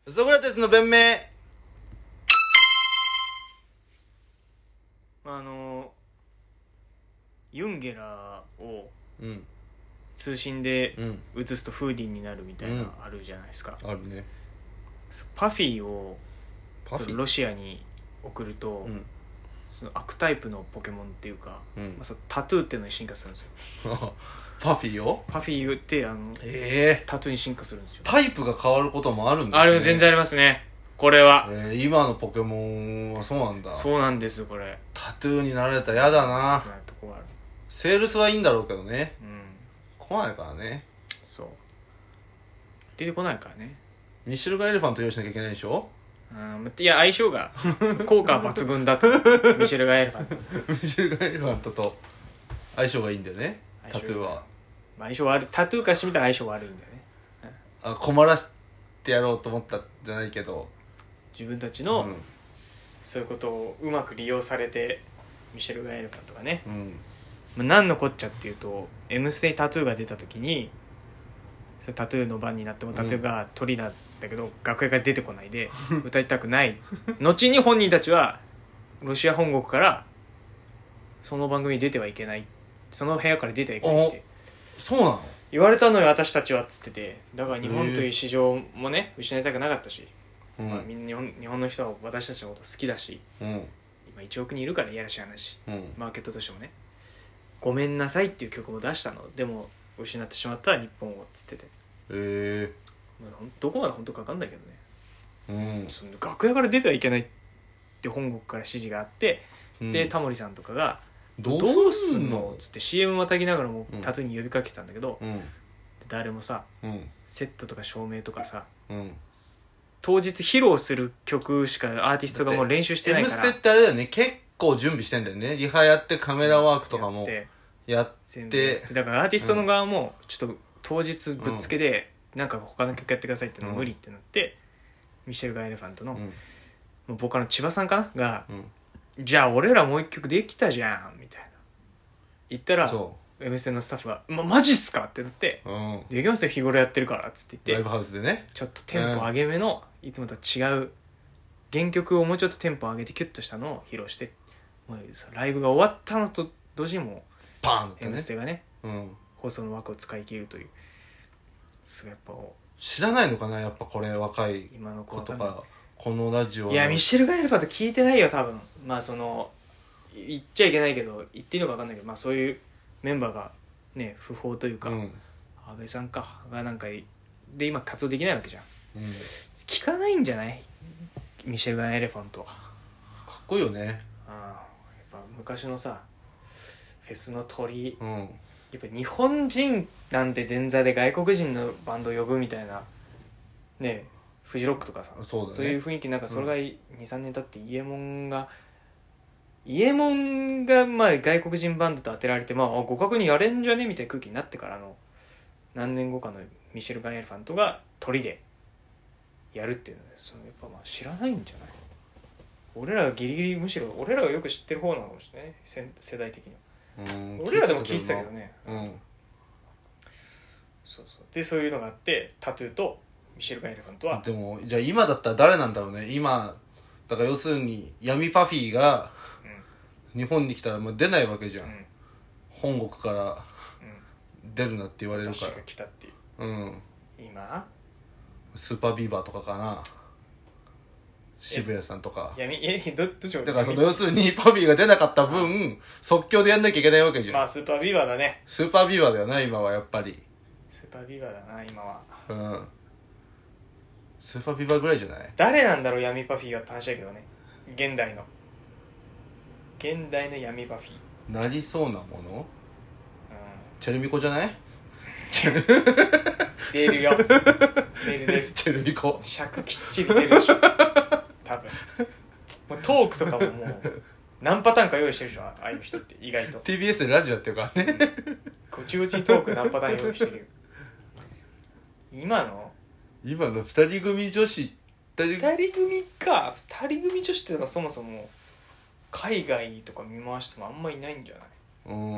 ソクラテスの弁明。 ユンゲラをうん通信でうん移すとフーディンになるみたいなうんあるじゃないですか、 あるね。 パフィーをパフィー。 そのロシアに送ると、 うんその悪タイプのポケモンっていうか、 うんそのタトゥーっていうのに進化するんですよ。 パフィーをパフィーってタトゥーに進化するんですよ。 タイプが変わることもあるんですね。 あれ全然ありますね、これは。 今のポケモンはそうなんだ。 そうなんです、これ。 タトゥーになられたら嫌だな。 なとこがある。 セールスはいいんだろうけどね、 うん、 来ないからね。 そう出てこないからね。 ミッシェルガンエレファント用意しなきゃいけないでしょ。 いや相性が効果は抜群だとミシェルガンエレファント。 ミッシェルガンエレファントと相性がいいんだよね、タトゥーは。 相性悪い。タトゥーからしてみたら相性悪いんだよね。 困らせてやろうと思ったじゃないけど、 自分たちの、 うん、 そういうことをうまく利用されてミシェルガンエレファントがね、何のこっちゃっていうと、M ステにタトゥーが出た時に、それタトゥーの番になってもタトゥーが鳥なんだけど、楽屋から出てこないで歌いたくない後に本人たちはロシア本国からその番組に出てはいけない、その部屋から出てはいけないってそうなの。 言われたのよ私たちはっつってて。だから日本という市場もね失いたくなかったし、まあ、みんな日本の人は私たちのこと好きだし、今1億人いるからいやらしい話、マーケットとしてもね。ごめんなさいっていう曲も出したの。でも失ってしまった日本をっつってて、まあ、どこまで本当か分かんないけどね、その楽屋から出てはいけないって本国から指示があって、でタモリさんとかがどうすんのっつって CM またぎながらもタトゥーに呼びかけてたんだけど、誰もさ、セットとか照明とかさ、当日披露する曲しかアーティストがもう練習してないから。 M ステってあれだよね、結構準備してんだよね。リハやってカメラワークとかもやってだからアーティストの側もちょっと当日ぶっつけでなんか他の曲やってくださいっての無理ってなって、ミシェルガンエレファントの、もうボーカルの千葉さんかなが、じゃあ俺らもう一曲できたじゃんみたいな言ったら、M ステのスタッフがマジっすかってなって、できますよ日頃やってるからっつって言って、 ライブハウスでね、 ちょっとテンポ上げめの、いつもとは違う原曲をもうちょっとテンポ上げてキュッとしたのを披露して、もうライブが終わったのと同時にもパーンってね、 M ステがね、放送の枠を使い切るという。すごいやっぱ知らないのかな、やっぱこれ若い子とかこのラジオ。 いやミシェルガンエレファント聞いてないよ多分。まあその言っちゃいけないけど、言っていいのか分かんないけど、まあそういうメンバーがね不法というか、安倍さんかがなんかで今活動できないわけじゃん、聞かないんじゃない、ミシェルガンエレファントは。 かっこいいよね。 やっぱ昔のさフェスの鳥、やっぱ日本人なんて前座で外国人のバンドを呼ぶみたいなね、フジロックとかさ、そういう雰囲気。なんかそれが 2,3 年経ってイエモンがまあ外国人バンドと当てられて、まあ互角にやれんじゃねみたいな空気になってからの何年後かのミシェルガンエレファントが鳥でやるっていうので、そのやっぱまあ知らないんじゃない。俺らがギリギリ、むしろ俺らがよく知ってる方なのかもしれない、世代的には。俺らでも聞いてたけどね。そうでそういうのがあって、タトゥーとミシェルガンエレファントは。 でもじゃあ今だったら誰なんだろうね。今だから要するに闇パフィーが日本に来たら出ないわけじゃん、本国から出るなって言われるから。 私が来たっていう、今スーパービーバーとかかな、渋谷さんとか。 どっちもだからその要するにパフィーが出なかった分、即興でやんなきゃいけないわけじゃん。 まあスーパービーバーだね。 スーパービーバーだよな今はやっぱり。 スーパービーバーだな今は。 スーパービーバーぐらいじゃない。 誰なんだろう闇パフィーはって話だけどね。現代の闇パフィーなりそうなもの、チェルミコじゃない。 出るよ出るチェルミコ尺きっちり出るでしょ多分。もうトークとかももう何パターンか用意してるでしょ、ああいう人って意外と。 TBS でラジオやってるからね。 ごちごちトーク何パターン用意してるよ。今の二人組女子 2人組か。2人組女子ってのがそもそも海外とか見回してもあんまいないんじゃない。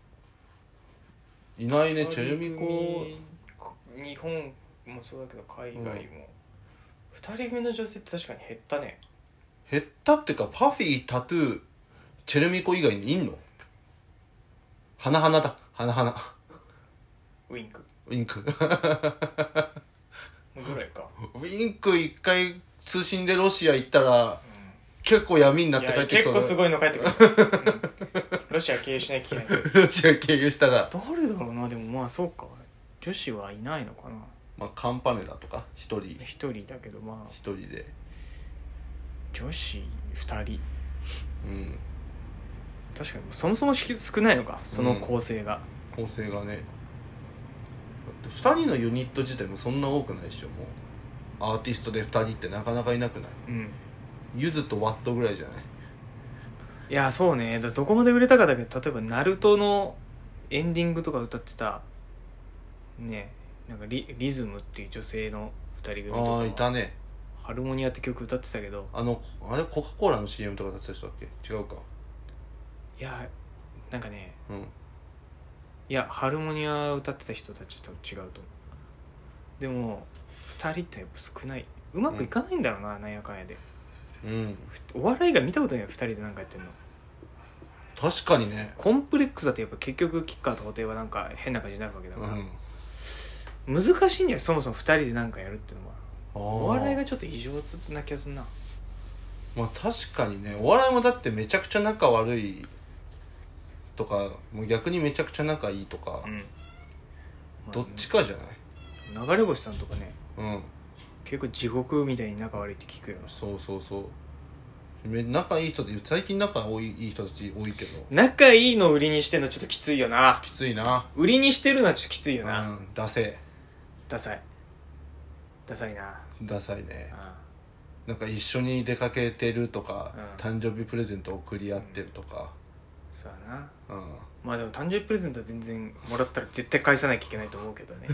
いないね。チェルミコ日本もそうだけど海外も2 2人組の女性って確かに減ったね。 減ったってか、パフィー、タトゥー、チェルミコ以外にいんの？花々だ、花々。 ウインクウインク。 ぐらいか。 ウインク一回通信でロシア行ったら、結構闇になって帰ってきそう。 結構すごいの帰ってくる、ロシア経由しなきゃいけない。 ロシア経由したら誰だろうな。でもまあそうか、女子はいないのかな。 まあカンパネラとか一人だけど、まあ一人で女子2人。 うん確かにそもそも少ないのか、その構成が、 構成がね。だって2人のユニット自体もそんな多くないでしょ。もうアーティストで2人ってなかなかいなくない？ゆずとワットぐらいじゃない？ いやそうね。どこまで売れたかだけど、例えばナルトのエンディングとか歌ってたね、なんか リズムっていう女性の2人組とか。 ああいたね。 ハルモニアって曲歌ってたけど、 あれコカ・コーラの CM とか歌ってた人だっけ？違うか。 いやなんかね、 うんいやハルモニア歌ってた人たちと違うと思う。でも2人ってやっぱ少ない。うまくいかないんだろうな、なんやかんやで。お笑いが見たことないよ、2人でなんかやってんの。 確かにね。 コンプレックスだってやっぱ結局キッカーと布袋はなんか変な感じになるわけだから、難しいんじゃない、そもそも2人でなんかやるっていうのは。お笑いがちょっと異常な気がするな。 まあ確かにね。お笑いもだってめちゃくちゃ仲悪いとか、もう逆にめちゃくちゃ仲いいとか、どっちかじゃない？ 流れ星さんとかね、 うん結構地獄みたいに仲悪いって聞くよな。 そう仲いい人で最近仲いい人たち多いけど、 仲いいの売りにしてんのちょっときついよな。 きついな。 売りにしてるのはちょっときついよな。 ダサいな。 ダサいね。なんか一緒に出かけてるとか、誕生日プレゼント送り合ってるとか、 そうやな。まあでも誕生日プレゼントは全然もらったら絶対返さなきゃいけないと思うけどね。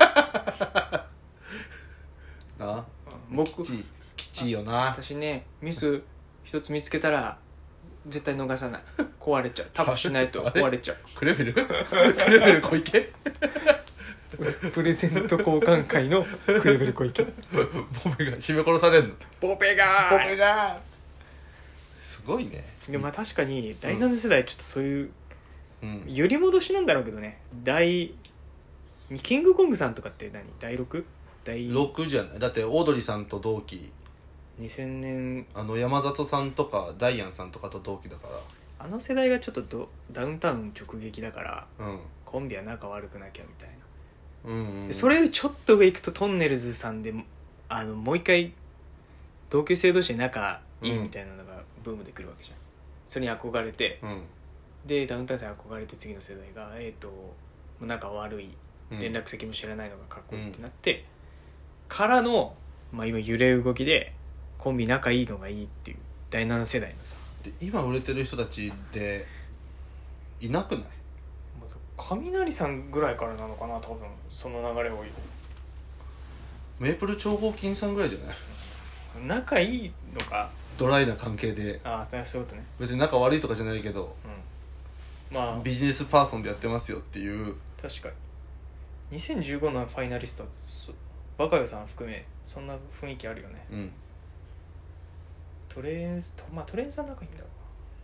僕きちいよな。 私ね、ミス一つ見つけたら絶対逃さない。壊れちゃう。多分しないと壊れちゃう。 クレベル小池プレゼント交換会のクレベル小池。 ボベが締め殺されんの。 ボベがーすごいね。 でもまあ確かに第7世代ちょっとそういう揺り戻しなんだろうけどね。キングコングさんとかって第 6？ 第 6じゃない。だってオードリーさんと同期。 2000年山里さんとかダイアンさんとかと同期だから。 あの世代がちょっとダウンタウン直撃だから、 うん、 コンビは仲悪くなきゃみたいな、 うんでそれよりちょっと上行くとトンネルズさんでもう一回同級生同士で仲いいみたいなのがブームで来るわけじゃん、それに憧れて、でダウンタウンさんに憧れて次の世代が仲悪い、連絡先も知らないのがかっこいいってなって、からの、まあ、今揺れ動きでコンビ仲いいのがいいっていう第7世代のさ。 で今売れてる人たちでいなくない？ 雷さんぐらいからなのかな、多分その流れを。 メープル超合金さんぐらいじゃない？ 仲いいのか、 ドライな関係で。 そういうことね。 別に仲悪いとかじゃないけど、 まあビジネスパーソンでやってますよっていう。 確かに2015のファイナリストは若代さん含めそんな雰囲気あるよね。トレーンさん仲いいんだろ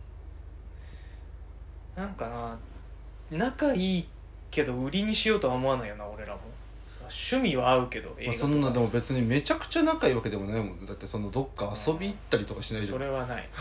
うな。なんかな、仲いいけど売りにしようとは思わないよな、俺らも。趣味は合うけど映画とか、 そんなでも別にめちゃくちゃ仲いいわけでもないもんね。だってどっか遊び行ったりとかしないじゃん。 それはない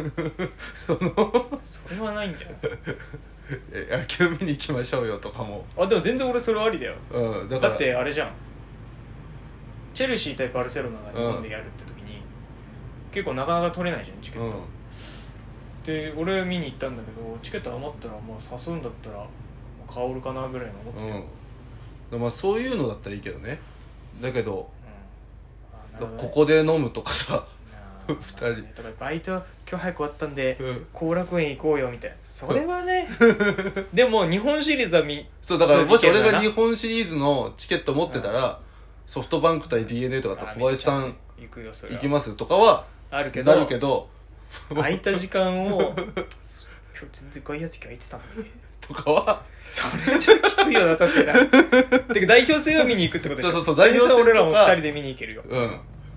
それはないんじゃない野球見に行きましょうよとかも。 でも全然俺それはありだよ。 だってあれじゃん、チェルシー対バルセロナが日本でやるって時に、結構なかなか取れないじゃんチケット、で俺見に行ったんだけど、チケット余ったら誘うんだったら買おるかなぐらいの思ってたよ。 まあそういうのだったらいいけどね。だけど、ここで飲むとかさ2人とかバイト今日早く終わったんで後楽園行こうよみたいな、それはねでも日本シリーズはそうだから、もし俺が日本シリーズのチケット持ってたら、ソフトバンク対 DNA とかと小林さん行きますとかはあるけなるけど、 空いた時間を今日全然外野席空いてたんでとかはそれはちょっときついよな、確かになてか代表戦を見に行くってことでしょ。 そう代表戦俺らも2人で見に行けるよ。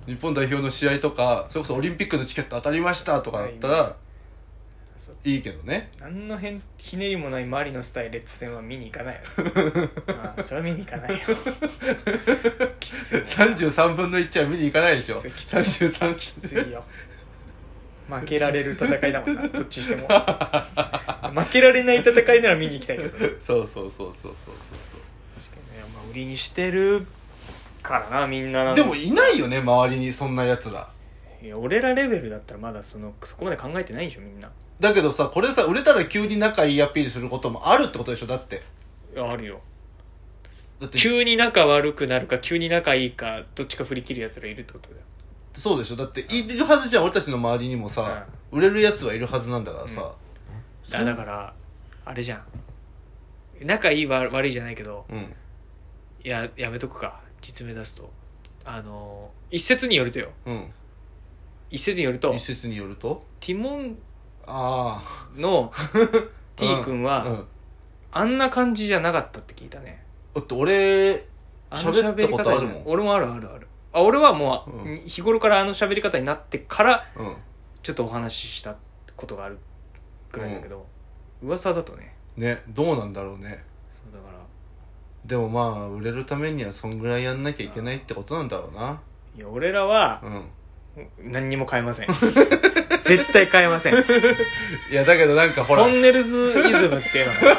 日本代表の試合とかそれこそオリンピックのチケット当たりましたとかだったらいいけどね。 何のひねりもないマリノス対レッツ戦は見に行かないよまあそれは見に行かないよきつい 33分の1は見に行かないでしょ。33 きついよ。負けられる戦いだもんなどっちにしても負けられない戦いなら見に行きたいけどそう確かにね、 まあ、売りにしてるからなみんな。 でもいないよね周りにそんなやつら。 いや俺らレベルだったらまだそこまで考えてないでしょみんな。 だけどさこれさ売れたら急に仲いいアピールすることもあるってことでしょ。だっていやあるよ。だって急に仲悪くなるか急に仲いいかどっちか振り切るやつらいるってことだよ。 そうでしょ。だっているはずじゃん俺たちの周りにもさ、売れるやつはいるはずなんだからさ、 だからあれじゃん仲いい悪いじゃないけど、やめとくか実名出すと一説によるとよ、一説によるとティモンの T 君は、あんな感じじゃなかったって聞いたね。 だって俺喋ったことあるもん。 俺もある俺はもう、日頃から喋り方になってから、ちょっとお話ししたことがあるぐらいだけど、噂だとねどうなんだろうね。 そうだからでもまあ売れるためにはそんぐらいやんなきゃいけないってことなんだろうな。 いや俺らは、何にも変えません絶対変えません。いやだけどなんかほらトンネルズイズムっていうのが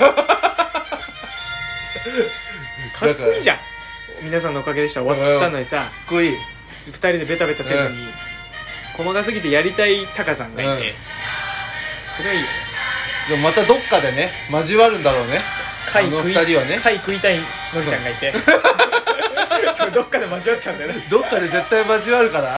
かっこいいじゃん。皆さんのおかげでした終わったのにさ、かっこいい 2人でベタベタせずに、細かすぎてやりたいタカさんがいて、それはいいよね。 でもまたどっかでね交わるんだろうね。あの2人はね貝食いたいのりちゃんがいてそれどっかで交わっちゃうんだよね。 どっかで絶対交わるから